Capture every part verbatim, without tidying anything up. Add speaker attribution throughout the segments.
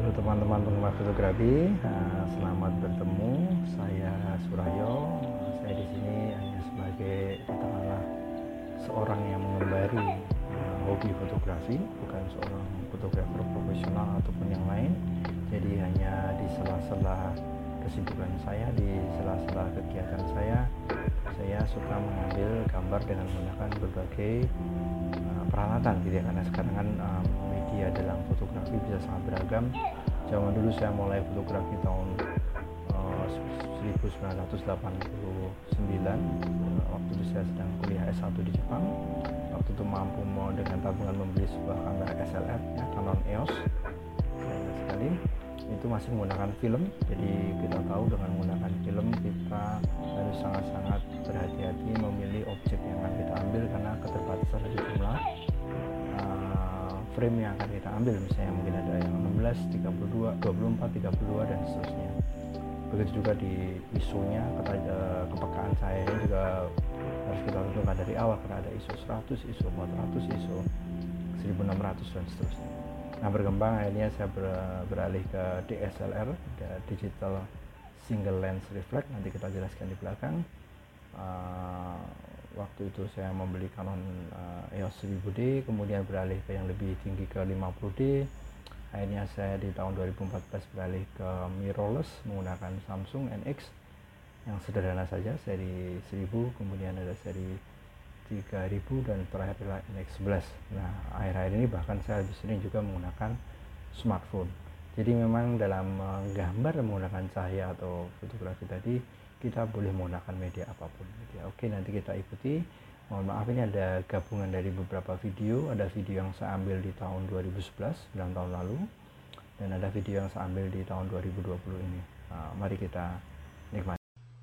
Speaker 1: Halo teman-teman penggemar fotografi, uh, selamat bertemu. Saya Surahyo. Saya di sini hanya sebagai katakanlah seorang yang mengembari uh, hobi fotografi, bukan seorang fotografer profesional ataupun yang lain. Jadi hanya di sela-sela kesibukan saya, di sela-sela kegiatan saya, saya suka mengambil gambar dengan menggunakan berbagai uh, peralatan, gitu ya. Karena sekarang kan uh, media dalam fotografi bisa sangat beragam. Zaman dulu saya mulai fotografi tahun uh, seribu sembilan ratus delapan puluh sembilan, uh, waktu itu saya sedang kuliah S satu di Jepang. Waktu itu mampu mau dengan tabungan membeli sebuah kamera S L R, ya, Canon E O S. Saya ingat sekali itu masih menggunakan film. Jadi kita tahu dengan menggunakan film kita harus sangat-sangat berhati-hati memilih objek yang akan kita ambil karena keterbatasan dari jumlah uh, frame yang akan kita ambil. Misalnya mungkin ada yang enam belas, tiga puluh dua, dua puluh empat, tiga puluh dua dan seterusnya. Begitu juga di I S O-nya, kepekaan saya ini juga harus kita tentukan dari awal karena ada I S O seratus, I S O empat ratus, I S O seribu enam ratus dan seterusnya. Nah, berkembang akhirnya saya ber, beralih ke D S L R, digital single lens reflex. Nanti kita jelaskan di belakang. Uh, waktu itu saya membeli Canon uh, E O S seribu D, kemudian beralih ke yang lebih tinggi ke lima puluh D. Akhirnya saya di tahun dua ribu empat belas beralih ke mirrorless menggunakan Samsung N X yang sederhana saja, seri seribu, kemudian ada seri tiga ribu dan terakhir adalah N X sebelas. Nah, akhir-akhir ini bahkan saya lebih sering juga menggunakan smartphone. Jadi memang dalam menggambar menggunakan cahaya atau fotografi tadi kita boleh menggunakan media apapun. Ya, oke, nanti kita ikuti. Mohon maaf, ini ada gabungan dari beberapa video. Ada video yang saya ambil di tahun dua ribu sebelas, sembilan tahun lalu, dan ada video yang saya ambil di tahun dua ribu dua puluh ini. Nah, mari kita nikmati.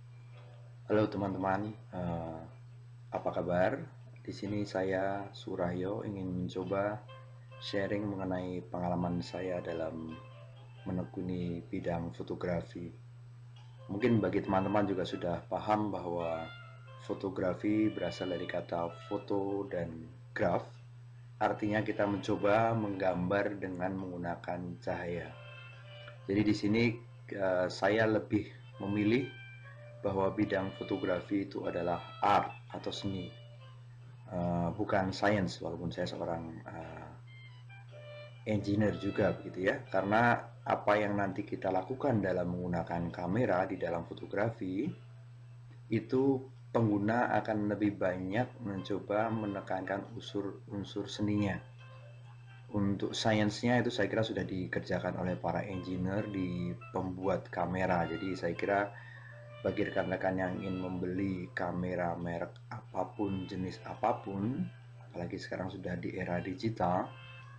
Speaker 2: Halo teman-teman, uh, apa kabar? Di sini saya Surahyo ingin mencoba sharing mengenai pengalaman saya dalam menekuni bidang fotografi. Mungkin bagi teman-teman juga sudah paham bahwa fotografi berasal dari kata foto dan graf. Artinya kita mencoba menggambar dengan menggunakan cahaya. Jadi di sini uh, saya lebih memilih bahwa bidang fotografi itu adalah art atau seni, uh, bukan science, walaupun saya seorang uh, engineer juga begitu ya. Karena apa yang nanti kita lakukan dalam menggunakan kamera di dalam fotografi itu pengguna akan lebih banyak mencoba menekankan unsur-unsur seninya. Untuk sainsnya itu saya kira sudah dikerjakan oleh para engineer di pembuat kamera. Jadi saya kira bagi rekan-rekan yang ingin membeli kamera merek apapun, jenis apapun, apalagi sekarang sudah di era digital,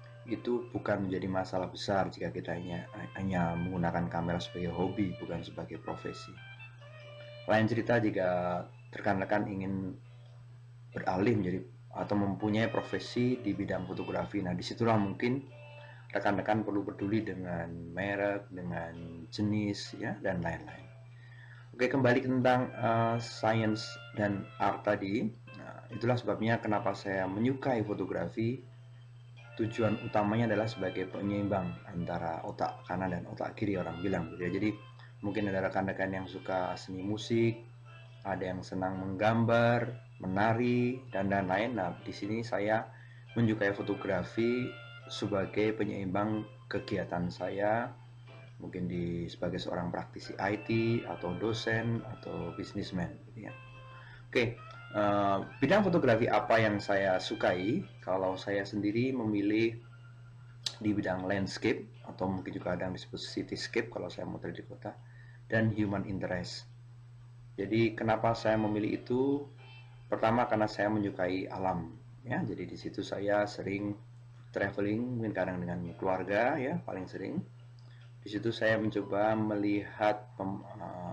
Speaker 2: itu bukan menjadi masalah besar jika kita hanya, hanya menggunakan kamera sebagai hobi, bukan sebagai profesi. Lain cerita jika rekan-rekan ingin beralih menjadi atau mempunyai profesi di bidang fotografi. Nah, disitulah mungkin rekan-rekan perlu peduli dengan merek, dengan jenis, ya, dan lain-lain. Oke, kembali tentang uh, science dan art tadi. Nah, itulah sebabnya kenapa saya menyukai fotografi. Tujuan utamanya adalah sebagai penyeimbang antara otak kanan dan otak kiri, orang bilang. Jadi mungkin ada rekan-rekan yang suka seni musik, ada yang senang menggambar, menari, dan lain-lain. Nah, di sini saya menyukai fotografi sebagai penyeimbang kegiatan saya, mungkin di sebagai seorang praktisi I T atau dosen atau bisnismen, ya. Oke, uh, bidang fotografi apa yang saya sukai? Kalau saya sendiri memilih di bidang landscape, atau mungkin juga ada yang disebut cityscape kalau saya mau di kota, dan human interest. Jadi kenapa saya memilih itu? Pertama karena saya menyukai alam, ya. Jadi di situ saya sering traveling, mungkin kadang dengan keluarga, ya, paling sering. Di situ saya mencoba melihat, pem, uh,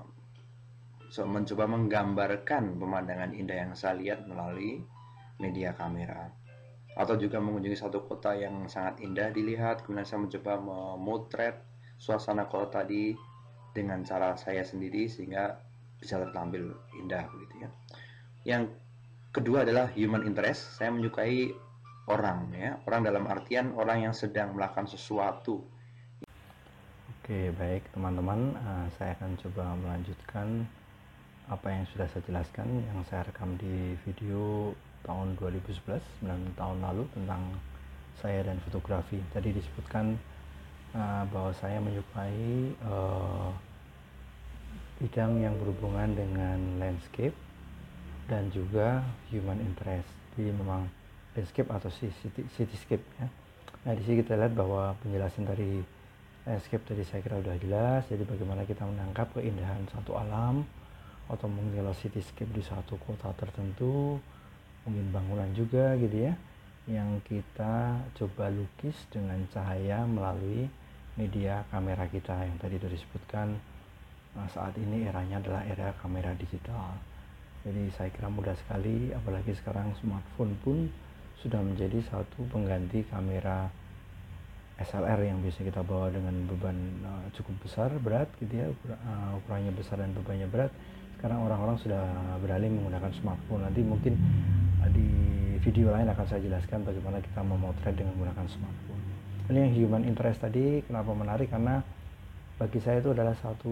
Speaker 2: so, mencoba menggambarkan pemandangan indah yang saya lihat melalui media kamera. Atau juga mengunjungi satu kota yang sangat indah dilihat, kemudian saya mencoba memotret suasana kota tadi dengan cara saya sendiri sehingga bisa tertampil indah, begitu ya. Yang kedua adalah human interest. Saya menyukai orang, ya, orang dalam artian orang yang sedang melakukan sesuatu
Speaker 1: Oke, baik teman-teman, uh, saya akan coba melanjutkan apa yang sudah saya jelaskan, yang saya rekam di video tahun dua ribu sebelas, sembilan tahun lalu, tentang saya dan fotografi. Tadi disebutkan uh, bahwa saya menyukai uh, bidang yang berhubungan dengan landscape dan juga human interest. Jadi memang landscape atau city, cityscape ya. Nah, di sini kita lihat bahwa penjelasan dari landscape tadi saya kira udah jelas. Jadi bagaimana kita menangkap keindahan satu alam, atau mungkin kalau cityscape di satu kota tertentu, mungkin bangunan juga gitu ya, yang kita coba lukis dengan cahaya melalui media kamera kita yang tadi sudah disebutkan. Nah, saat ini eranya adalah era kamera digital. Jadi saya kira mudah sekali, apalagi sekarang smartphone pun sudah menjadi satu pengganti kamera S L R yang biasa kita bawa dengan beban uh, cukup besar, berat gitu ya, uh, ukurannya besar dan bebannya berat. Sekarang orang-orang sudah beralih menggunakan smartphone. Nanti mungkin uh, di video lain akan saya jelaskan bagaimana kita memotret dengan menggunakan smartphone. Ini yang human interest tadi kenapa menarik, karena bagi saya itu adalah satu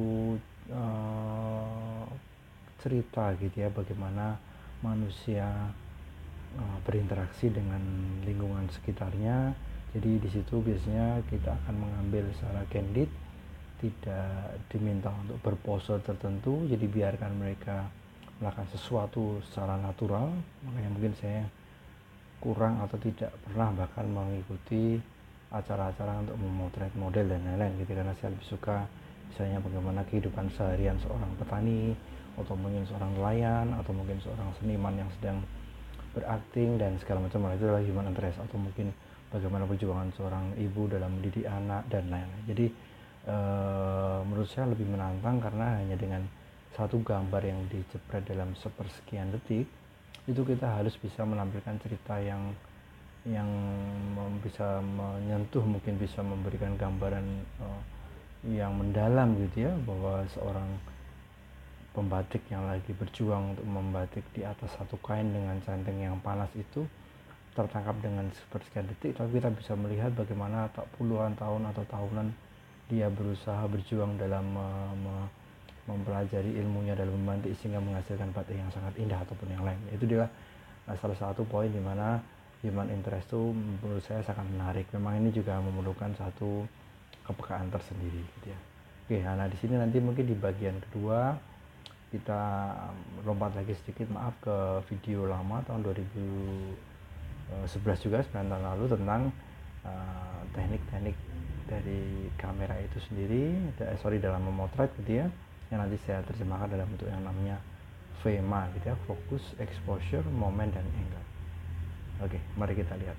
Speaker 1: uh, cerita gitu ya, bagaimana manusia uh, berinteraksi dengan lingkungan sekitarnya. Jadi di situ biasanya kita akan mengambil secara candid, tidak diminta untuk berpose tertentu, jadi biarkan mereka melakukan sesuatu secara natural. Makanya mungkin saya kurang atau tidak pernah bahkan mengikuti acara-acara untuk memotret model dan lain-lain gitu, karena saya lebih suka misalnya bagaimana kehidupan seharian seorang petani, atau mungkin seorang nelayan, atau mungkin seorang seniman yang sedang berakting dan segala macam. Itu adalah human interest. Atau mungkin bagaimana perjuangan seorang ibu dalam mendidik anak dan lain-lain. Jadi e, menurut saya lebih menantang, karena hanya dengan satu gambar yang dijepret dalam sepersekian detik itu kita harus bisa menampilkan cerita yang yang bisa menyentuh, mungkin bisa memberikan gambaran e, yang mendalam gitu ya, bahwa seorang pembatik yang lagi berjuang untuk membatik di atas satu kain dengan centeng yang panas itu tertangkap dengan sepersekian detik, tapi kita bisa melihat bagaimana tak puluhan tahun atau tahunan dia berusaha berjuang dalam me- me- mempelajari ilmunya dalam membatik sehingga menghasilkan batik yang sangat indah ataupun yang lain. Itu dia nah, salah satu poin di mana human interest itu menurut saya sangat menarik. Memang ini juga memerlukan satu kepekaan tersendiri gitu ya. Oke, nah di sini nanti mungkin di bagian kedua kita lompat lagi sedikit, maaf, ke video lama tahun dua ribu sebelas juga, sembilan tahun lalu, tentang uh, teknik-teknik dari kamera itu sendiri, eh, sorry dalam memotret gitu ya, yang nanti saya terjemahkan dalam bentuk yang namanya V M A gitu ya, focus, exposure, moment, dan angle. Oke, mari kita lihat.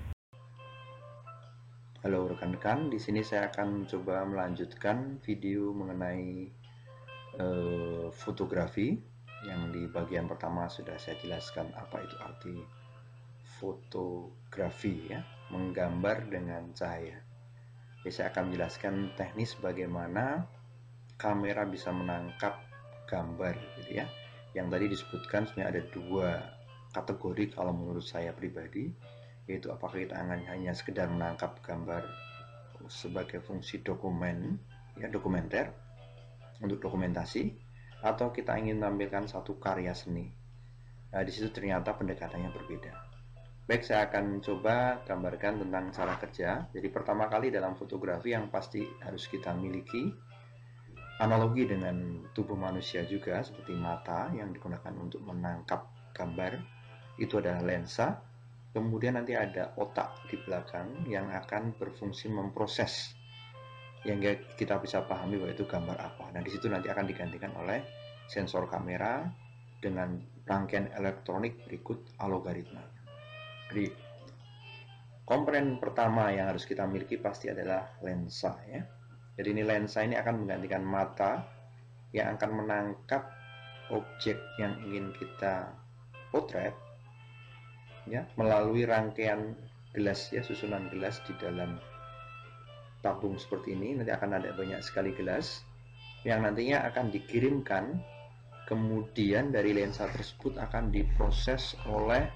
Speaker 2: Halo rekan-rekan, di sini saya akan coba melanjutkan video mengenai uh, fotografi, yang di bagian pertama sudah saya jelaskan apa itu arti fotografi ya, menggambar dengan cahaya. Jadi saya akan menjelaskan teknis bagaimana kamera bisa menangkap gambar gitu ya. Yang tadi disebutkan sebenarnya ada dua kategori kalau menurut saya pribadi, yaitu apakah kita hanya sekedar menangkap gambar sebagai fungsi dokumen ya, dokumenter untuk dokumentasi, atau kita ingin menampilkan satu karya seni. Nah, di situ ternyata pendekatannya berbeda. Baik, saya akan coba gambarkan tentang cara kerja. Jadi pertama kali dalam fotografi yang pasti harus kita miliki, analogi dengan tubuh manusia juga, seperti mata yang digunakan untuk menangkap gambar, itu adalah lensa. Kemudian nanti ada otak di belakang yang akan berfungsi memproses, yang kita bisa pahami bahwa itu gambar apa. Nah, di situ nanti akan digantikan oleh sensor kamera dengan rangkaian elektronik berikut algoritma. Jadi komponen pertama yang harus kita miliki pasti adalah lensa ya. Jadi ini lensa ini akan menggantikan mata yang akan menangkap objek yang ingin kita potret ya, melalui rangkaian gelas ya, susunan gelas di dalam tabung seperti ini. Nanti akan ada banyak sekali gelas yang nantinya akan dikirimkan, kemudian dari lensa tersebut akan diproses oleh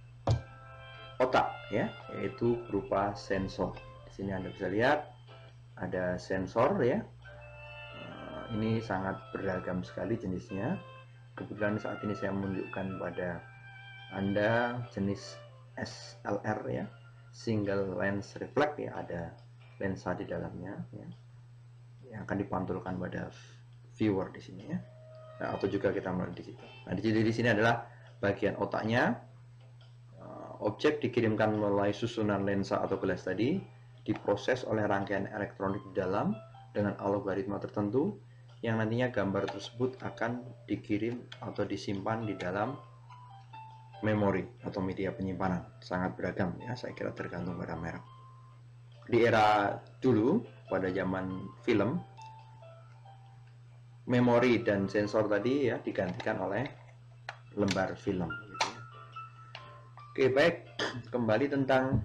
Speaker 2: otak ya, yaitu berupa sensor. Di sini Anda bisa lihat ada sensor ya. Uh, ini sangat beragam sekali jenisnya. Kebetulan saat ini saya menunjukkan pada Anda jenis S L R ya, single lens reflect ya, ada lensa di dalamnya ya, yang akan dipantulkan pada viewer di sini ya. Nah, atau juga kita melihat di situ. Nah, di di sini adalah bagian otaknya. Uh, objek dikirimkan melalui susunan lensa atau gelas tadi, diproses oleh rangkaian elektronik di dalam dengan algoritma tertentu, yang nantinya gambar tersebut akan dikirim atau disimpan di dalam memori atau media penyimpanan. Sangat beragam ya, saya kira tergantung pada merek. Di era dulu, pada zaman film, memori dan sensor tadi ya digantikan oleh lembar film gitu ya. Oke, baik, kembali tentang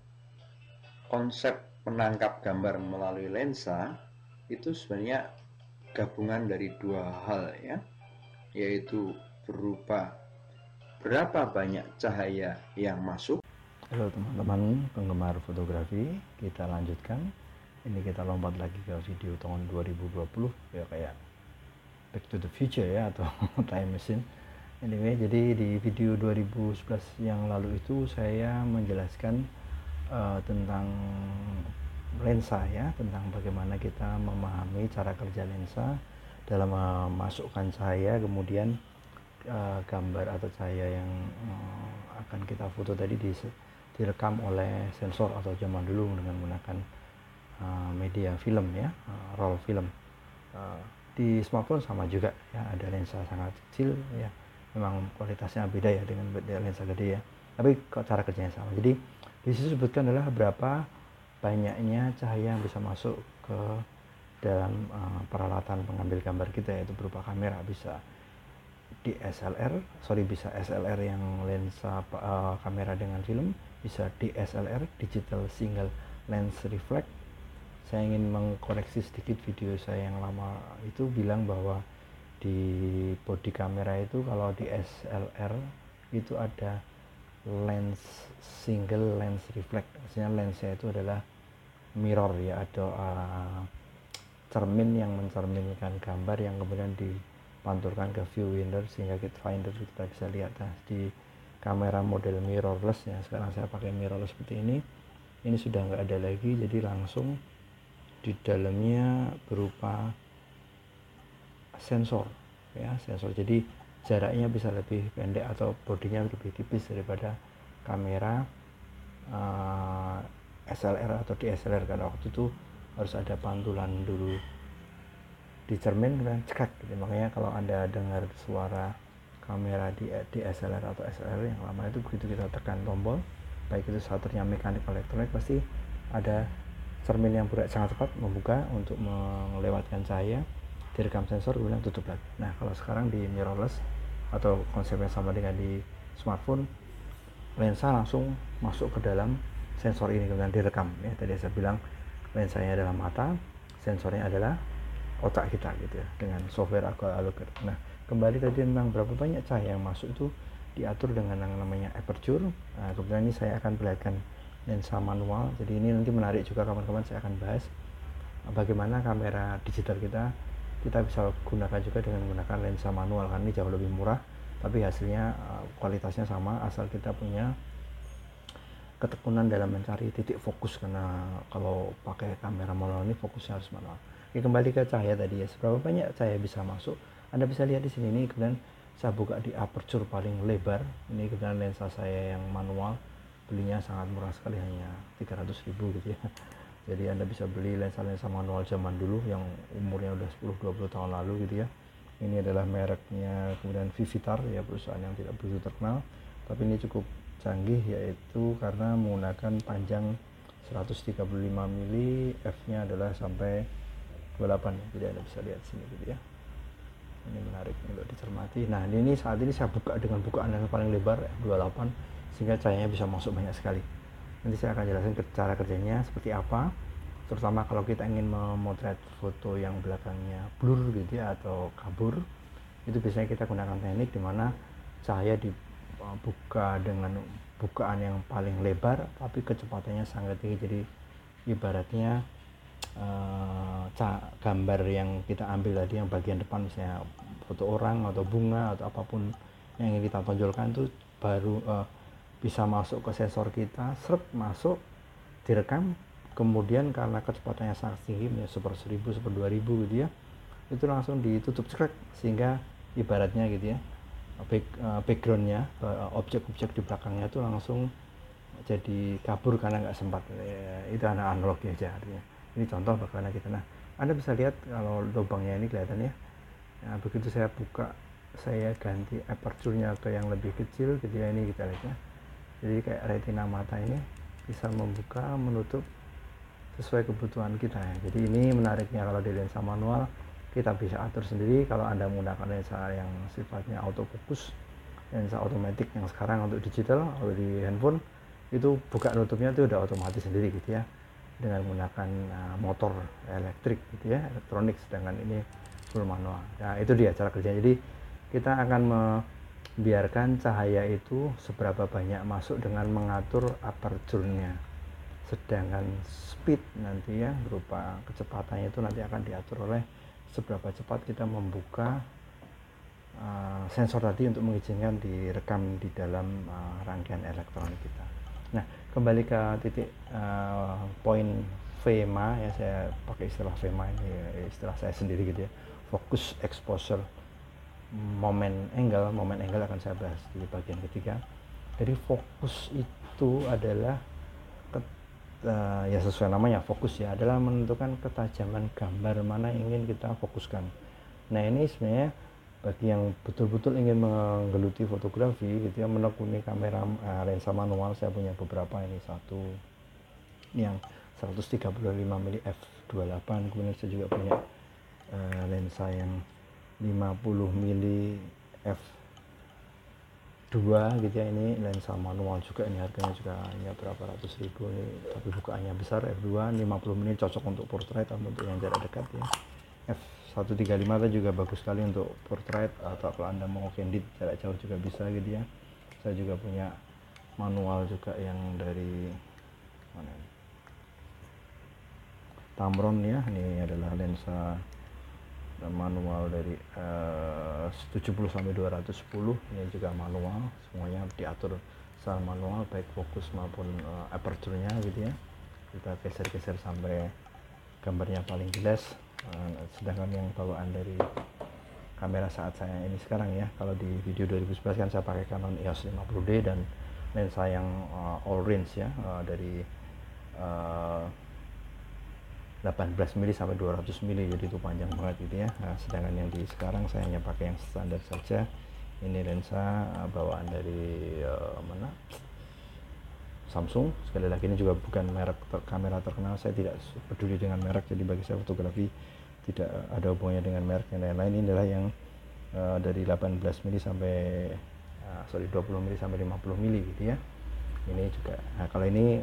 Speaker 2: konsep menangkap gambar melalui lensa. Itu sebenarnya gabungan dari dua hal ya, yaitu berupa berapa banyak cahaya yang masuk.
Speaker 1: Halo teman-teman penggemar fotografi, kita lanjutkan. Ini kita lompat lagi ke video tahun dua ribu dua puluh ya, kayak Back to the Future ya, atau time machine. Anyway, jadi di video dua ribu sebelas yang lalu itu saya menjelaskan uh, tentang lensa ya, tentang bagaimana kita memahami cara kerja lensa dalam memasukkan cahaya, kemudian uh, gambar atau cahaya yang uh, akan kita foto tadi di, direkam oleh sensor atau zaman dulu dengan menggunakan uh, media film ya, uh, roll film. Uh, di smartphone sama juga ya, ada lensa sangat kecil ya, memang kualitasnya beda ya dengan lensa gede ya, tapi kok cara kerjanya sama. Jadi di situ sebutkan adalah berapa banyaknya cahaya yang bisa masuk ke dalam uh, peralatan pengambil gambar kita, yaitu berupa kamera, bisa D S L R, sorry bisa S L R yang lensa uh, kamera dengan film, bisa D S L R, digital single lens reflect. Saya ingin mengkoreksi sedikit video saya yang lama itu, bilang bahwa di body kamera itu kalau di S L R itu ada lens single lens reflect, maksudnya lensnya itu adalah mirror ya, ada uh, cermin yang mencerminkan gambar yang kemudian dipantulkan ke view finder sehingga kita finder kita bisa lihat. Nah, di kamera model mirrorless ya, sekarang saya pakai mirrorless seperti ini, ini sudah nggak ada lagi, jadi langsung di dalamnya berupa sensor ya, sensor. Jadi jaraknya bisa lebih pendek atau bodinya lebih tipis daripada kamera uh, S L R atau D S L R, karena waktu itu harus ada pantulan dulu di cermin dan cekrek gitu. Makanya kalau Anda dengar suara kamera di D S L R atau S L R yang lama itu, begitu kita tekan tombol, baik itu shutter-nya mekanik elektronik, pasti ada cermin yang berat sangat cepat membuka untuk melewatkan cahaya, direkam sensor kemudian tutup lagi. Nah, kalau sekarang di mirrorless atau konsepnya sama dengan di smartphone, lensa langsung masuk ke dalam sensor ini kemudian direkam ya. Tadi saya bilang lensanya adalah mata, sensornya adalah otak kita gitu ya, dengan software algoritma. Nah, kembali tadi tentang berapa banyak cahaya yang masuk itu diatur dengan yang namanya aperture. Nah, kemudian ini saya akan perlihatkan lensa manual. Jadi ini nanti menarik juga kawan-kawan, saya akan bahas bagaimana kamera digital kita kita bisa gunakan juga dengan menggunakan lensa manual, kan ini jauh lebih murah tapi hasilnya kualitasnya sama, asal kita punya ketekunan dalam mencari titik fokus, karena kalau pakai kamera manual ini fokusnya harus manual. Oke, kembali ke cahaya tadi ya, seberapa banyak cahaya bisa masuk. Anda bisa lihat di sini, ini kemudian saya buka di aperture paling lebar. Ini kemudian lensa saya yang manual, belinya sangat murah sekali, hanya tiga ratus ribu gitu ya. Jadi Anda bisa beli lensa-lensa manual zaman dulu yang umurnya udah sepuluh dua puluh tahun lalu gitu ya. Ini adalah mereknya kemudian Vivitar ya, perusahaan yang tidak begitu terkenal, tapi ini cukup canggih, yaitu karena menggunakan panjang seratus tiga puluh lima mili, f-nya adalah sampai dua puluh delapan ya. Jadi Anda bisa lihat sini gitu ya. Ini menarik untuk dicermati. Nah, ini saat ini saya buka dengan bukaan yang paling lebar f dua puluh delapan, sehingga cahayanya bisa masuk banyak sekali. Nanti saya akan jelaskan cara kerjanya seperti apa, terutama kalau kita ingin memotret foto yang belakangnya blur gitu ya, atau kabur. Itu biasanya kita gunakan teknik di mana cahaya dibuka dengan bukaan yang paling lebar tapi kecepatannya sangat tinggi. Jadi ibaratnya uh, gambar yang kita ambil tadi yang bagian depan, misalnya foto orang atau bunga atau apapun yang ingin kita tonjolkan, itu baru uh, bisa masuk ke sensor kita, serp masuk, direkam, kemudian karena kecepatannya sangat tinggi, ya super seribu, super dua ribu gitu ya, itu langsung ditutup cekrek, sehingga ibaratnya gitu ya, back, uh, backgroundnya, uh, objek-objek di belakangnya itu langsung jadi kabur karena nggak sempat. Ya, itu anak analogi aja artinya. Ini contoh bagaimana kita. Nah, Anda bisa lihat kalau lubangnya ini kelihatan ya. Nah, begitu saya buka, saya ganti aperture-nya ke yang lebih kecil gitu ya, ini kita lihat ya. Jadi kayak retina mata ini bisa membuka, menutup sesuai kebutuhan kita ya. Jadi ini menariknya, kalau di lensa manual kita bisa atur sendiri. Kalau Anda menggunakan lensa yang sifatnya autofocus, lensa otomatis yang sekarang untuk digital atau di handphone, itu buka tutupnya itu udah otomatis sendiri gitu ya, dengan menggunakan uh, motor elektrik gitu ya, elektronik. Sedangkan ini full manual. Nah, itu dia cara kerja. Jadi kita akan membiarkan cahaya itu seberapa banyak masuk dengan mengatur aperture-nya. Sedangkan speed nanti ya, berupa kecepatannya itu nanti akan diatur oleh seberapa cepat kita membuka uh, sensor tadi untuk mengizinkan direkam di dalam uh, rangkaian elektronik kita. Nah, kembali ke titik uh, poin VEMA ya, saya pakai istilah VEMA ini, istilah saya sendiri gitu ya, focus, exposure, moment angle. Moment angle akan saya bahas di bagian ketiga. Jadi fokus itu adalah Uh, ya sesuai namanya fokus ya, adalah menentukan ketajaman gambar mana yang ingin kita fokuskan. Nah, ini sebenarnya bagi yang betul-betul ingin menggeluti fotografi gitu ya, menekuni kamera uh, lensa manual. Saya punya beberapa, ini satu yang seratus tiga puluh lima milimeter f dua puluh delapan, kemudian saya juga punya uh, lensa yang lima puluh milimeter f dua gitu ya, ini lensa manual juga, ini harganya juga hanya berapa ratus ribu ini, tapi bukaannya besar, f dua lima puluh milimeter, cocok untuk portrait atau untuk yang jarak dekat ya. F seratus tiga puluh lima itu juga bagus sekali untuk portrait, atau kalau Anda mau candid jarak jauh juga bisa gitu ya. Saya juga punya manual juga yang dari mana ini? Tamron ya, ini adalah lensa manual dari uh, tujuh puluh sampai dua ratus sepuluh, ini juga manual, semuanya diatur secara manual, baik fokus maupun uh, aperture-nya gitu ya. Kita geser-geser sampai gambarnya paling jelas. Uh, sedangkan yang bawaan dari kamera saat saya ini sekarang ya, kalau di video dua ribu sebelas kan saya pakai Canon E O S lima puluh D dan lensa yang uh, all range ya, uh, dari uh, delapan belas milimeter sampai dua ratus milimeter, jadi itu panjang banget gitu ya. Nah, sedangkan yang di sekarang saya hanya pakai yang standar saja. Ini lensa uh, bawaan dari uh, mana? Samsung. Sekali lagi ini juga bukan merek ter kamera terkenal, saya tidak peduli dengan merek, jadi bagi saya fotografi tidak ada hubungannya dengan merek yang lain-lain. Ini adalah yang uh, dari delapan belas milimeter sampai uh, sorry dua puluh milimeter sampai lima puluh milimeter gitu ya. Ini juga, nah kalau ini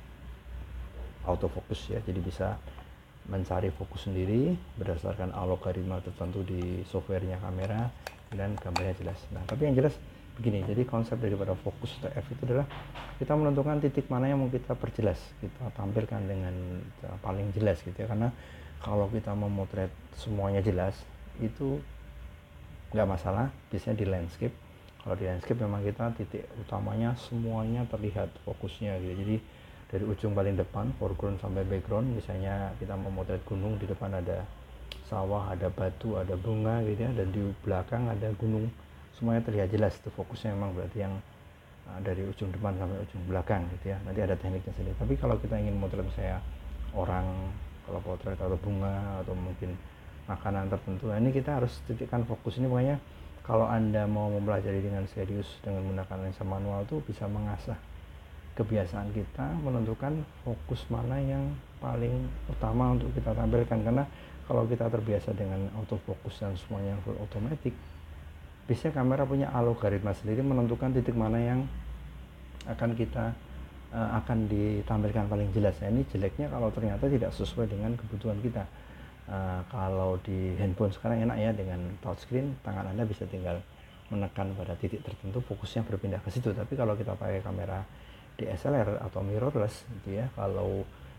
Speaker 1: autofocus ya, jadi bisa mencari fokus sendiri berdasarkan algoritma tertentu di softwarenya kamera, dan gambarnya jelas. Nah, tapi yang jelas begini, jadi konsep daripada fokus atau F itu adalah kita menentukan titik mana yang mau kita perjelas, kita tampilkan dengan paling jelas gitu ya. Karena kalau kita memotret semuanya jelas itu nggak masalah, biasanya di landscape. Kalau di landscape memang kita titik utamanya semuanya terlihat fokusnya gitu. Jadi dari ujung paling depan, foreground sampai background, misalnya kita memotret gunung, di depan ada sawah, ada batu, ada bunga gitu ya, dan di belakang ada gunung, semuanya terlihat jelas. Itu fokusnya memang berarti yang uh, dari ujung depan sampai ujung belakang gitu ya. Nanti ada tekniknya sendiri. Tapi kalau kita ingin memotret misalnya orang, kalau potret atau bunga atau mungkin makanan tertentu, nah ini kita harus titikkan fokus ini. Makanya kalau Anda mau mempelajari dengan serius dengan menggunakan lensa manual, itu bisa mengasah kebiasaan kita menentukan fokus mana yang paling utama untuk kita tampilkan. Karena kalau kita terbiasa dengan autofocus dan semuanya full automatic, biasanya kamera punya algoritma sendiri menentukan titik mana yang akan kita uh, akan ditampilkan paling jelas. Nah, ini jeleknya kalau ternyata tidak sesuai dengan kebutuhan kita. Uh, kalau di handphone sekarang enak ya, dengan touchscreen tangan Anda bisa tinggal menekan pada titik tertentu, fokusnya berpindah ke situ. Tapi kalau kita pakai kamera D S L R atau mirrorless gitu ya, kalau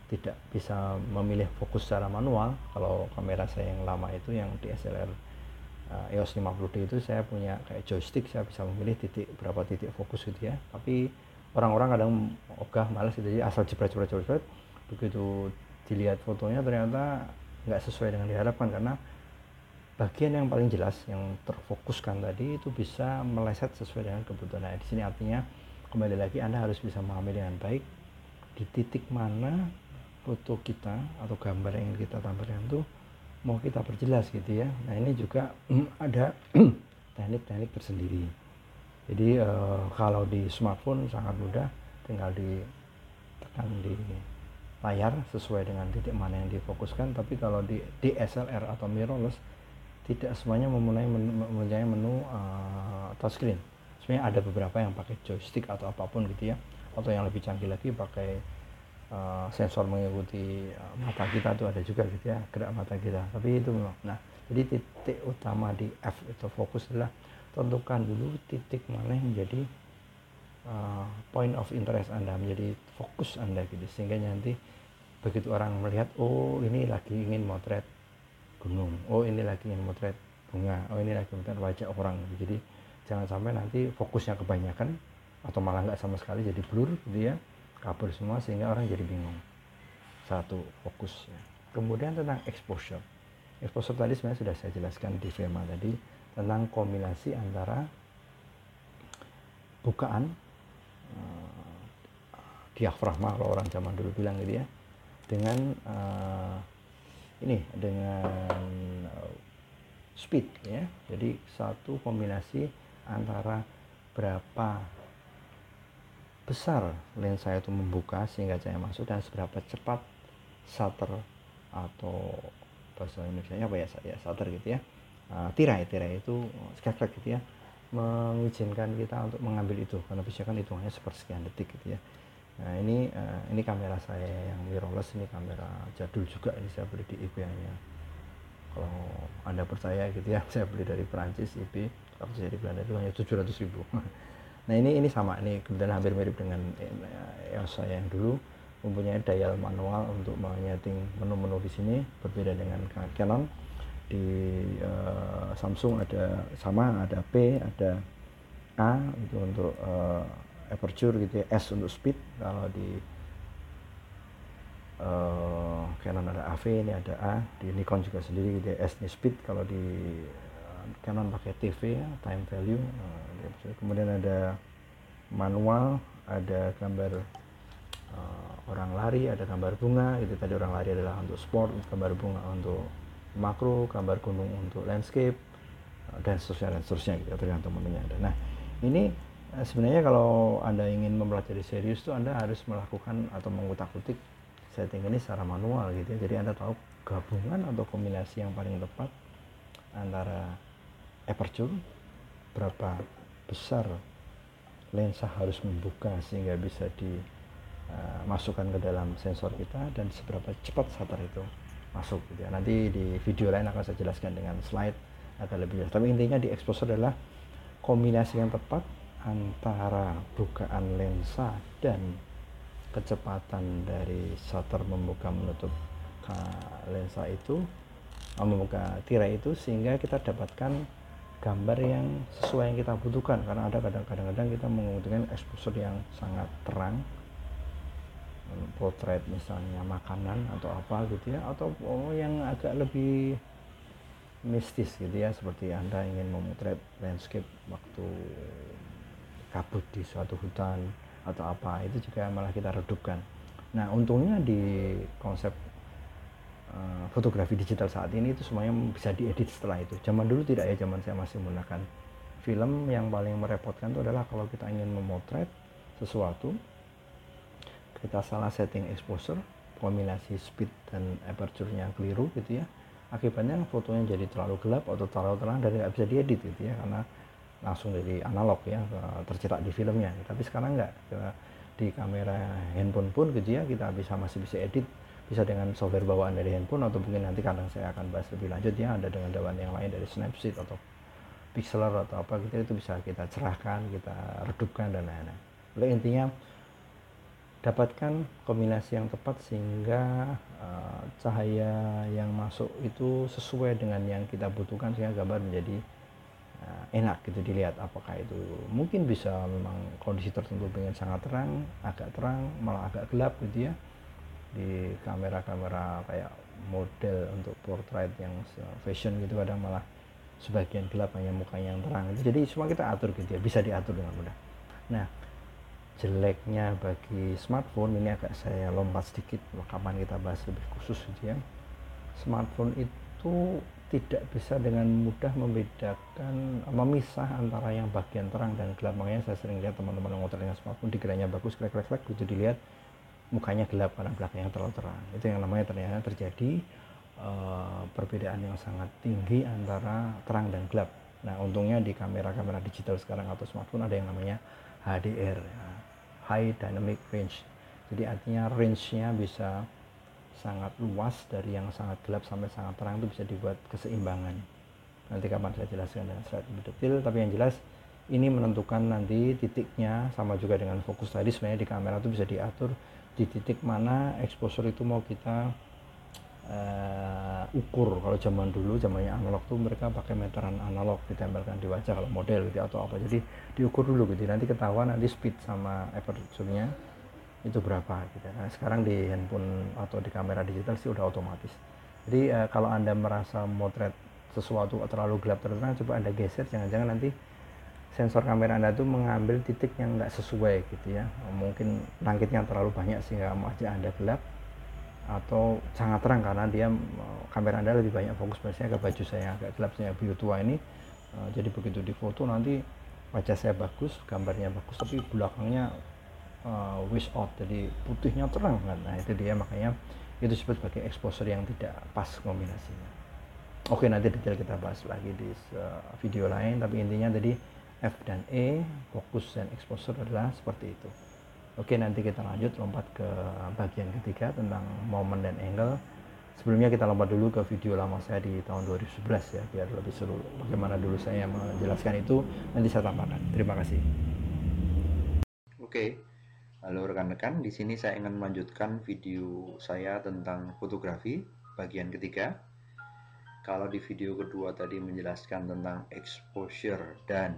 Speaker 1: tidak bisa memilih fokus secara manual. Kalau kamera saya yang lama itu yang D S L R uh, E O S lima puluh D itu saya punya kayak joystick, saya bisa memilih titik berapa titik fokus gitu ya. Tapi orang-orang kadang ogah, malas gitu aja, asal jepret-jepret-jepret, begitu dilihat fotonya ternyata nggak sesuai dengan diharapkan, karena bagian yang paling jelas yang terfokuskan tadi itu bisa meleset sesuai dengan kebutuhan. Nah, di sini artinya kembali lagi Anda harus bisa memahami dengan baik di titik mana foto kita atau gambar yang ingin kita tampilkan itu mau kita perjelas gitu ya. Nah, ini juga ada teknik-teknik tersendiri. Jadi eh, kalau di smartphone sangat mudah, tinggal ditekan di layar sesuai dengan titik mana yang difokuskan. Tapi kalau di D S L R atau mirrorless tidak semuanya mempunyai menu, mempunyai menu uh, touchscreen. Sebenarnya ada beberapa yang pakai joystick atau apapun gitu ya, atau yang lebih canggih lagi pakai uh, sensor mengikuti uh, mata kita, tuh ada juga gitu ya, gerak mata kita. Tapi itu memang. Nah, jadi titik utama di F itu fokus adalah tentukan dulu titik mana yang menjadi uh, point of interest Anda, menjadi fokus Anda gitu, sehingga nanti begitu orang melihat, oh ini lagi ingin motret gunung, oh ini lagi ingin motret bunga, oh ini lagi motret wajah orang. Jadi jangan sampai nanti fokusnya kebanyakan atau malah nggak sama sekali, jadi blur gitu ya, kabur semua, sehingga orang jadi bingung. Satu, fokus ya. Kemudian tentang exposure. Exposure tadi sebenarnya sudah saya jelaskan di Vema tadi, tentang kombinasi antara bukaan uh, diafragma kalau orang zaman dulu bilang gitu ya, dengan uh, ini dengan uh, speed ya. Jadi satu kombinasi antara berapa besar lensa itu membuka sehingga cahaya masuk, dan seberapa cepat shutter atau bahasa Indonesia apa ya, ya shutter gitu ya, uh, tirai tirai itu scatter gitu ya, mengizinkan kita untuk mengambil itu, karena biasanya kan hitungannya sepersekian detik gitu ya. Nah, ini uh, ini kamera saya yang mirrorless, ini kamera jadul juga, ini saya beli di eBay-nya. Kalau Anda percaya gitu ya, saya beli dari Perancis, eBay, kalau saya di Belanda itu hanya tujuh ratus ribu. Nah, ini ini sama, ini kemudian hampir mirip dengan E O S saya yang dulu, mempunyai dial manual untuk menyeting menu-menu di sini, berbeda dengan Canon. Di uh, Samsung ada sama, ada P, ada A itu untuk uh, aperture gitu ya, S untuk speed. Kalau di uh, Canon ada A V, ini ada A. Di Nikon juga sendiri gitu ya, S ini speed. Kalau di uh, Canon pakai T V ya, time value. Uh, kemudian ada manual, ada gambar uh, orang lari, ada gambar bunga gitu. Tadi orang lari adalah untuk sport, gambar bunga untuk makro, gambar gunung untuk landscape, uh, dan seterusnya dan seterusnya gitu, tergantung menunya ada. Nah, ini sebenarnya kalau Anda ingin mempelajari serius itu Anda harus melakukan atau mengutak-utik setting ini secara manual gitu ya. Jadi Anda tahu gabungan atau kombinasi yang paling tepat antara aperture, berapa besar lensa harus membuka sehingga bisa dimasukkan uh, ke dalam sensor kita, dan seberapa cepat shutter itu masuk gitu ya. Nanti di video lain akan saya jelaskan dengan slide agar lebih jelas. Tapi intinya di exposure adalah kombinasi yang tepat antara bukaan lensa dan kecepatan dari shutter membuka menutup lensa itu, membuka tirai itu, sehingga kita dapatkan gambar yang sesuai yang kita butuhkan. Karena ada kadang-kadang kita membutuhkan exposure yang sangat terang, potret misalnya makanan atau apa gitu ya, atau oh, yang agak lebih mistis gitu ya, seperti Anda ingin memotret landscape waktu kabut di suatu hutan atau apa, itu juga malah kita redupkan. Nah, untungnya di konsep uh, fotografi digital saat ini itu semuanya bisa diedit setelah itu. Zaman dulu tidak ya, zaman saya masih menggunakan film. Yang paling merepotkan itu adalah kalau kita ingin memotret sesuatu, kita salah setting exposure, kombinasi speed dan aperture-nya keliru gitu ya, akibatnya fotonya jadi terlalu gelap atau terlalu terang dan nggak bisa diedit gitu ya, karena langsung dari analog ya tercetak di filmnya. Tapi sekarang nggak, di kamera handphone pun gitu ya, kita bisa masih bisa edit, bisa dengan software bawaan dari handphone, atau mungkin nanti kadang saya akan bahas lebih lanjut ya, ada dengan bawaan yang lain dari Snapseed atau Pixlr atau apa gitu, itu bisa kita cerahkan, kita redupkan dan lain-lain. Jadi intinya dapatkan kombinasi yang tepat sehingga uh, cahaya yang masuk itu sesuai dengan yang kita butuhkan, sehingga gambar menjadi uh, enak gitu dilihat. Apakah itu mungkin bisa memang kondisi tertentu pengen sangat terang, agak terang, malah agak gelap gitu ya. Di kamera-kamera kayak model untuk portrait yang fashion gitu kadang malah sebagian gelap, hanya mukanya yang terang. Jadi semua kita atur gitu ya, bisa diatur dengan mudah. Nah, jeleknya bagi smartphone ini agak saya lompat sedikit, kapan kita bahas lebih khusus gitu ya. Smartphone itu tidak bisa dengan mudah membedakan, memisah antara yang bagian terang dan gelap. Makanya saya sering lihat teman-teman yang ngotot dengan smartphone, dikiranya bagus, krek-krek gitu, dilihat mukanya gelap karena belakangnya terlalu terang. Itu yang namanya ternyata terjadi uh, perbedaan yang sangat tinggi antara terang dan gelap. Nah, untungnya di kamera-kamera digital sekarang atau smartphone ada yang namanya H D R ya, High Dynamic Range. Jadi artinya range-nya bisa sangat luas, dari yang sangat gelap sampai sangat terang itu bisa dibuat keseimbangan. Nanti kapan saya jelaskan dengan slide lebih detail, tapi yang jelas ini menentukan nanti titiknya, sama juga dengan fokus tadi. Sebenarnya di kamera itu bisa diatur di titik mana exposure itu mau kita uh, ukur. Kalau zaman dulu, zamannya analog tuh mereka pakai meteran analog ditempelkan di wajah kalau model gitu atau apa, jadi diukur dulu gitu, nanti ketahuan nanti speed sama aperture-nya itu berapa gitu. Nah, sekarang di handphone atau di kamera digital sih udah otomatis. Jadi uh, kalau Anda merasa motret sesuatu terlalu gelap terang, coba Anda geser, jangan-jangan nanti sensor kamera Anda itu mengambil titik yang nggak sesuai gitu ya. Mungkin langitnya terlalu banyak sehingga wajah Anda gelap, atau sangat terang karena dia kamera Anda lebih banyak fokus. Biasanya ke baju saya agak gelap, saya biru tua ini, uh, jadi begitu di foto nanti wajah saya bagus, gambarnya bagus, tapi belakangnya uh, wish out, jadi putihnya terang kan. Nah itu dia, makanya itu disebut sebagai exposure yang tidak pas kombinasinya. Oke, nanti detail kita bahas lagi di uh, video lain, tapi intinya tadi F dan E, fokus dan exposure adalah seperti itu. Oke, nanti kita lanjut lompat ke bagian ketiga tentang moment dan angle. Sebelumnya kita lompat dulu ke video lama saya di tahun dua ribu sebelas ya, biar lebih seru bagaimana dulu saya menjelaskan itu. Nanti saya tambahkan. Terima kasih.
Speaker 2: Oke, halo rekan-rekan. Di sini saya ingin melanjutkan video saya tentang fotografi bagian ketiga. Kalau di video kedua tadi menjelaskan tentang exposure dan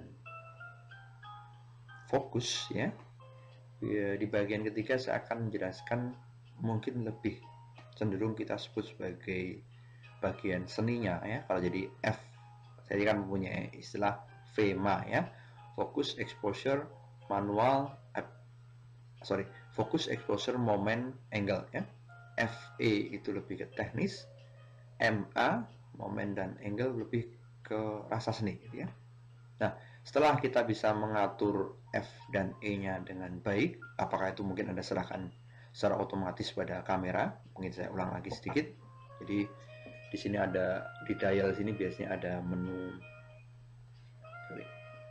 Speaker 2: fokus ya, di bagian ketiga saya akan menjelaskan mungkin lebih cenderung kita sebut sebagai bagian seninya ya. Kalau jadi F, saya kan mempunyai istilah V M A ya, fokus, exposure, manual, eh, sorry, fokus, exposure, moment, angle ya. F E itu lebih ke teknis, M A moment dan angle lebih ke rasa seni gitu ya. Nah, setelah kita bisa mengatur F dan E-nya dengan baik, apakah itu mungkin Anda serahkan secara otomatis pada kamera? Mungkin saya ulang lagi sedikit. Jadi di sini ada, di dial sini biasanya ada menu. Sorry.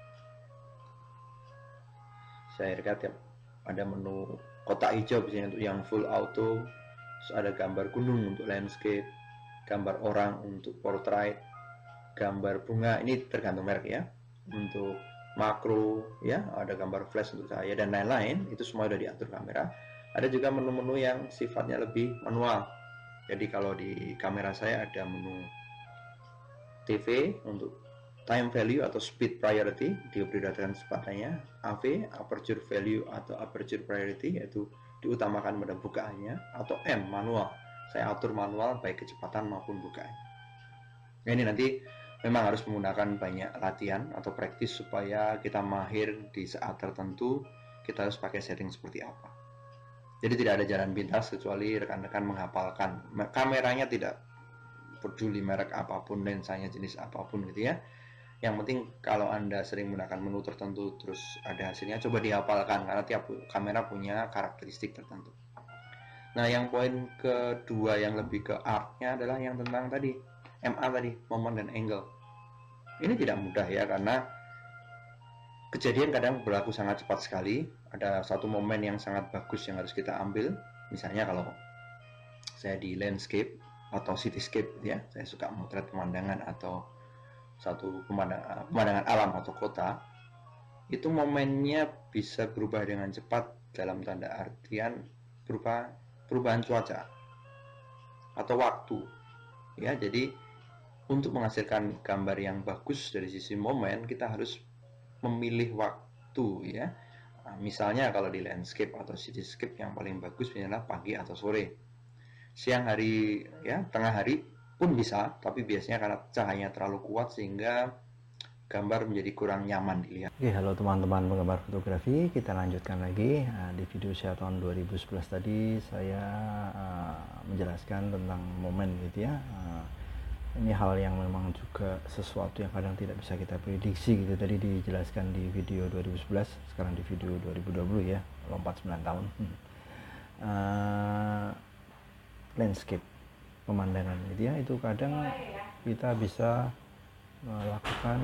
Speaker 2: Saya lihat ya, ada menu kotak hijau biasanya untuk yang full auto. Terus ada gambar gunung untuk landscape, gambar orang untuk portrait, gambar bunga, ini tergantung merek ya. Untuk makro ya, ada gambar flash untuk saya dan lain-lain, itu semua sudah diatur kamera. Ada juga menu-menu yang sifatnya lebih manual. Jadi kalau di kamera saya ada menu T V untuk time value atau speed priority, diperlihatkan kecepatannya. A V, aperture value atau aperture priority, yaitu diutamakan pada bukaannya. Atau M, manual, saya atur manual baik kecepatan maupun bukaan. Nah, ini nanti memang harus menggunakan banyak latihan atau praktis supaya kita mahir di saat tertentu. Kita harus pakai setting seperti apa. Jadi tidak ada jalan pintas kecuali rekan-rekan menghafalkan. Kameranya tidak peduli merek apapun, lensanya jenis apapun gitu ya. Yang penting kalau Anda sering menggunakan menu tertentu terus ada hasilnya, coba dihafalkan karena tiap kamera punya karakteristik tertentu. Nah, yang poin kedua yang lebih ke artnya adalah yang tentang tadi M A tadi, moment dan angle. Ini tidak mudah ya, karena kejadian kadang berlaku sangat cepat sekali. Ada satu momen yang sangat bagus yang harus kita ambil. Misalnya kalau saya di landscape atau cityscape ya, saya suka memotret pemandangan atau satu pemandangan, pemandangan alam atau kota. Itu momennya bisa berubah dengan cepat dalam tanda artian berupa perubahan cuaca atau waktu ya. Jadi untuk menghasilkan gambar yang bagus dari sisi momen, kita harus memilih waktu ya. Nah, misalnya kalau di landscape atau cityscape yang paling bagus adalah pagi atau sore. Siang hari ya, tengah hari pun bisa, tapi biasanya karena cahayanya terlalu kuat sehingga gambar menjadi kurang nyaman dilihat.
Speaker 1: Oke, halo teman-teman penggemar fotografi, kita lanjutkan lagi. Nah, di video saya tahun dua ribu sebelas tadi saya uh, menjelaskan tentang momen gitu ya. Uh, ini hal yang memang juga sesuatu yang kadang tidak bisa kita prediksi gitu. Tadi dijelaskan di video dua ribu sebelas, sekarang di video dua ribu dua puluh ya, lompat sembilan tahun. Hmm. Uh, landscape, pemandangan gitu ya, itu kadang kita bisa melakukan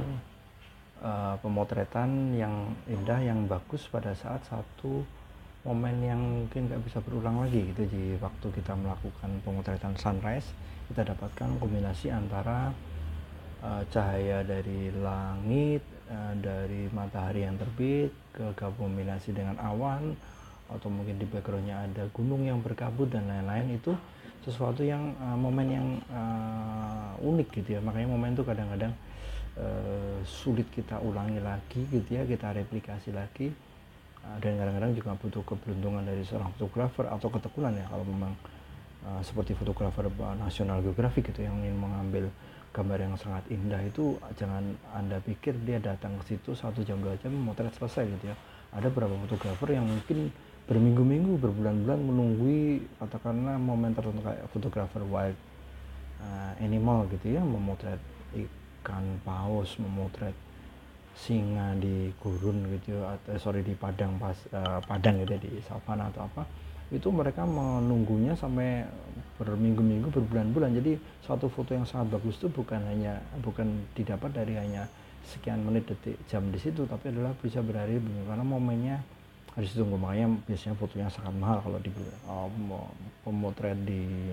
Speaker 1: Uh, pemotretan yang indah, yang bagus pada saat satu momen yang mungkin nggak bisa berulang lagi gitu. Di waktu kita melakukan pemotretan sunrise, kita dapatkan kombinasi antara uh, cahaya dari langit, uh, dari matahari yang terbit, kombinasi dengan awan, atau mungkin di backgroundnya ada gunung yang berkabut dan lain-lain. Itu sesuatu yang uh, momen yang uh, unik gitu ya. Makanya momen itu kadang-kadang Uh, sulit kita ulangi lagi gitu ya, kita replikasi lagi, uh, dan kadang-kadang juga butuh keberuntungan dari seorang fotografer atau ketekunan ya. Kalau memang uh, seperti fotografer National Geographic gitu yang ingin mengambil gambar yang sangat indah, itu jangan Anda pikir dia datang ke situ satu jam dua jam memotret selesai gitu ya. Ada beberapa fotografer yang mungkin berminggu-minggu, berbulan-bulan menunggui katakanlah momen tertentu, kayak fotografer wild uh, animal gitu ya, memotret ikan paus, memotret singa di gurun gitu atau sorry di padang pas uh, padang gitu di savana atau apa. Itu mereka menunggunya sampai berminggu-minggu, berbulan-bulan. Jadi suatu foto yang sangat bagus itu bukan hanya bukan didapat dari hanya sekian menit, detik, jam di situ, tapi adalah bisa berhari karena momennya harus ditunggu. Makanya biasanya fotonya sangat mahal kalau di uh, pemotret di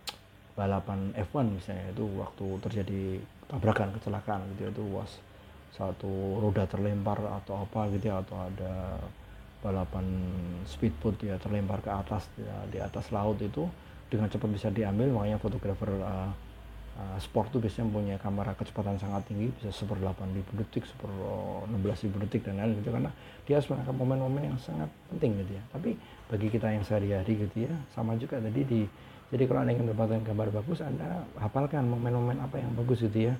Speaker 1: balapan F satu misalnya, itu waktu terjadi tabrakan, kecelakaan gitu, itu was satu roda terlempar atau apa gitu ya, atau ada balapan speedboat ya terlempar ke atas ya, di atas laut, itu dengan cepat bisa diambil. Makanya fotografer uh, uh, sport itu biasanya punya kamera kecepatan sangat tinggi, bisa seper delapan ribu detik, seper enam belas ribu detik dan lain gitu, karena dia harus menangkap momen-momen yang sangat penting gitu ya. Tapi bagi kita yang sehari-hari gitu ya, sama juga tadi di jadi kalau Anda ingin mendapatkan gambar bagus, Anda hafalkan momen-momen apa yang bagus gitu ya.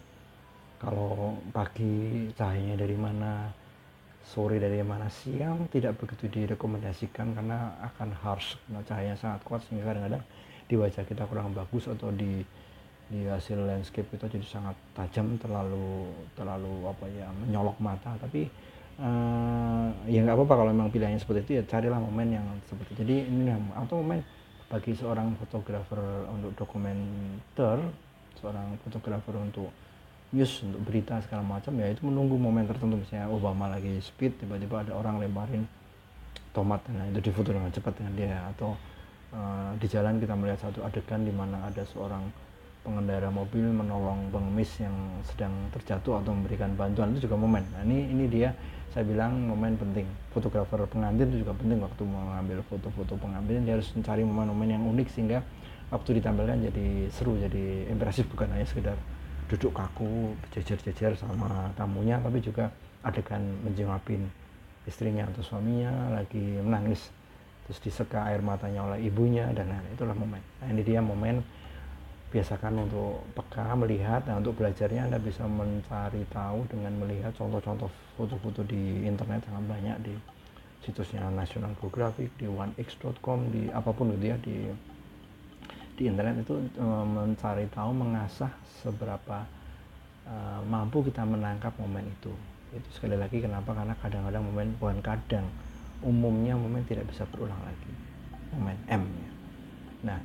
Speaker 1: Kalau pagi cahayanya dari mana, sore dari mana, siang tidak begitu direkomendasikan karena akan harsh, karena cahayanya sangat kuat sehingga kadang-kadang di wajah kita kurang bagus, atau di di hasil landscape itu jadi sangat tajam, terlalu terlalu apa ya, menyolok mata. Tapi uh, ya nggak apa-apa kalau memang pilihannya seperti itu, ya carilah momen yang seperti itu. Jadi ini atau momen bagi seorang fotografer untuk dokumenter, seorang fotografer untuk news, untuk berita segala macam, ya itu menunggu momen tertentu. Misalnya Obama lagi speed, tiba-tiba ada orang lemparin tomat, nah itu difoto dengan cepat dengan dia. Atau uh, di jalan kita melihat satu adegan di mana ada seorang pengendara mobil menolong pengemis yang sedang terjatuh atau memberikan bantuan, itu juga momen. Nah ini ini dia saya bilang momen penting. Fotografer pengantin itu juga penting waktu mengambil foto-foto pengantin, dia harus mencari momen-momen yang unik sehingga waktu ditampilkan jadi seru, jadi impresif, bukan hanya sekedar duduk kaku jejer-jejer sama tamunya, tapi juga adegan menjengapin istrinya atau suaminya lagi menangis, terus diseka air matanya oleh ibunya dan lain-lain. Itulah momen. Nah ini dia momen. Biasakan untuk peka melihat. Nah untuk belajarnya Anda bisa mencari tahu dengan melihat contoh-contoh foto-foto di internet, sangat banyak di situsnya National Geographic, di one x dot com, di apapun gitu ya, di di internet itu e, mencari tahu, mengasah seberapa e, mampu kita menangkap momen itu. Itu sekali lagi kenapa, karena kadang-kadang momen, bukan kadang, umumnya momen tidak bisa berulang lagi, momen M ya. Nah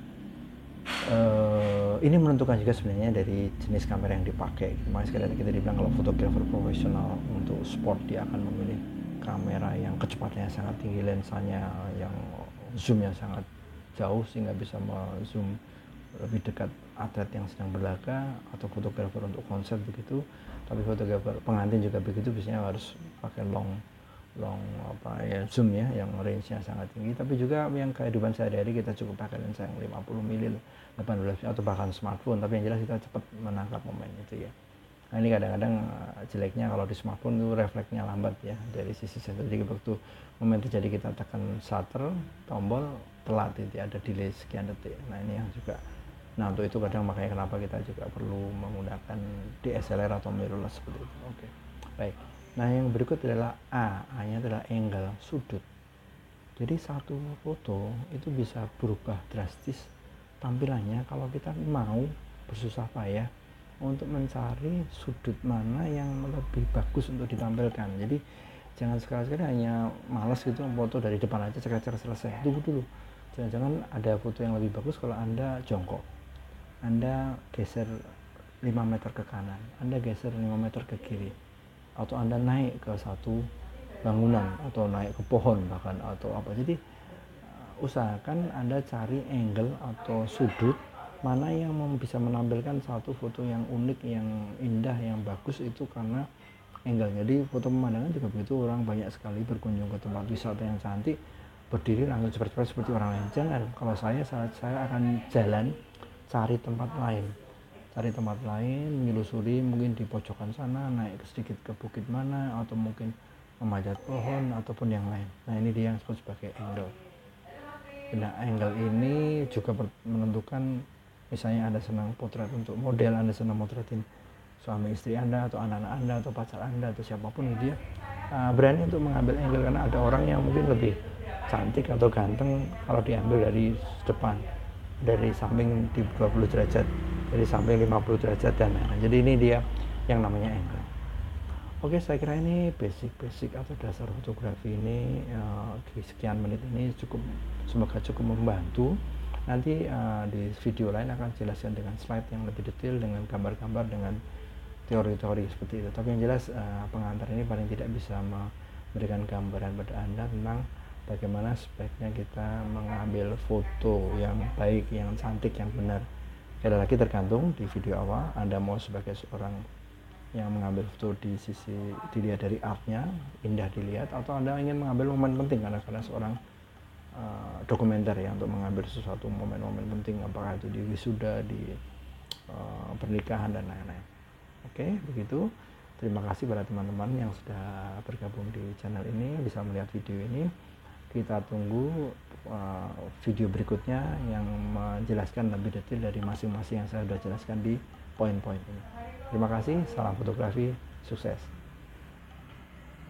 Speaker 1: Uh, ini menentukan juga sebenarnya dari jenis kamera yang dipakai. Makanya sekali lagi kita dibilang kalau fotografer profesional untuk sport, dia akan memilih kamera yang kecepatannya sangat tinggi, lensanya yang zoomnya sangat jauh sehingga bisa zoom lebih dekat atlet yang sedang berlaga, atau fotografer untuk konser begitu. Tapi fotografer pengantin juga begitu, biasanya harus pakai long long apa ya zoom ya yang range-nya sangat tinggi, tapi juga yang kehidupan sehari-hari kita cukup pakai lensa yang lima puluh mili, delapan belas atau bahkan smartphone, tapi yang jelas kita cepat menangkap momen itu ya. Nah ini kadang-kadang jeleknya kalau di smartphone itu refleksnya lambat ya dari sisi sensor, jadi waktu momen terjadi kita tekan shutter tombol telat, itu ada delay sekian detik. Nah ini yang juga, nah untuk itu kadang makanya kenapa kita juga perlu menggunakan D S L R atau mirrorless seperti itu. Oke, baik. Nah yang berikut adalah A, A nya adalah angle, sudut. Jadi satu foto itu bisa berubah drastis tampilannya kalau kita mau bersusah payah untuk mencari sudut mana yang lebih bagus untuk ditampilkan. Jadi jangan sekali-sekali hanya malas gitu foto dari depan aja cekrek-cekrek selesai. Tunggu dulu, jangan-jangan ada foto yang lebih bagus kalau Anda jongkok, Anda geser lima meter ke kanan, Anda geser lima meter ke kiri, atau Anda naik ke satu bangunan atau naik ke pohon bahkan atau apa. Jadi usahakan Anda cari angle atau sudut mana yang bisa menampilkan satu foto yang unik, yang indah, yang bagus itu karena angle. Jadi foto pemandangan juga begitu, orang banyak sekali berkunjung ke tempat wisata yang cantik berdiri langsung cepat-cepat seperti orang lain. Jangan, kalau saya saat saya akan jalan cari tempat lain, cari tempat lain, menelusuri mungkin di pojokan sana, naik sedikit ke bukit mana, atau mungkin memanjat pohon ataupun yang lain. Nah ini dia yang disebut sebagai angle. Nah angle ini juga menentukan, misalnya Anda senang potret untuk model, Anda senang motretin suami istri Anda atau anak-anak Anda atau pacar Anda atau siapapun, dia uh, berani untuk mengambil angle karena ada orang yang mungkin lebih cantik atau ganteng kalau diambil dari depan, dari samping di dua puluh derajat, dari samping lima puluh derajat dan lain-lain. Jadi ini dia yang namanya angle. Oke, saya kira ini basic-basic atau dasar fotografi ini uh, di sekian menit ini cukup, semoga cukup membantu. Nanti uh, di video lain akan jelaskan dengan slide yang lebih detail, dengan gambar-gambar, dengan teori-teori seperti itu. Tapi yang jelas uh, pengantar ini paling tidak bisa memberikan gambaran pada Anda tentang bagaimana sebaiknya kita mengambil foto yang baik, yang cantik, yang benar. Sekali lagi tergantung di video awal Anda mau sebagai seorang yang mengambil foto di sisi dilihat dari artnya, indah dilihat, atau Anda ingin mengambil momen penting karena karena seorang uh, dokumenter ya, untuk mengambil sesuatu momen-momen penting, apakah itu di wisuda, di uh, pernikahan dan lain-lain. Oke, begitu. Terima kasih pada teman-teman yang sudah bergabung di channel ini, bisa melihat video ini. Kita tunggu uh, video berikutnya yang menjelaskan lebih detail dari masing-masing yang saya sudah jelaskan di poin-poin ini. Terima kasih, salam fotografi, sukses.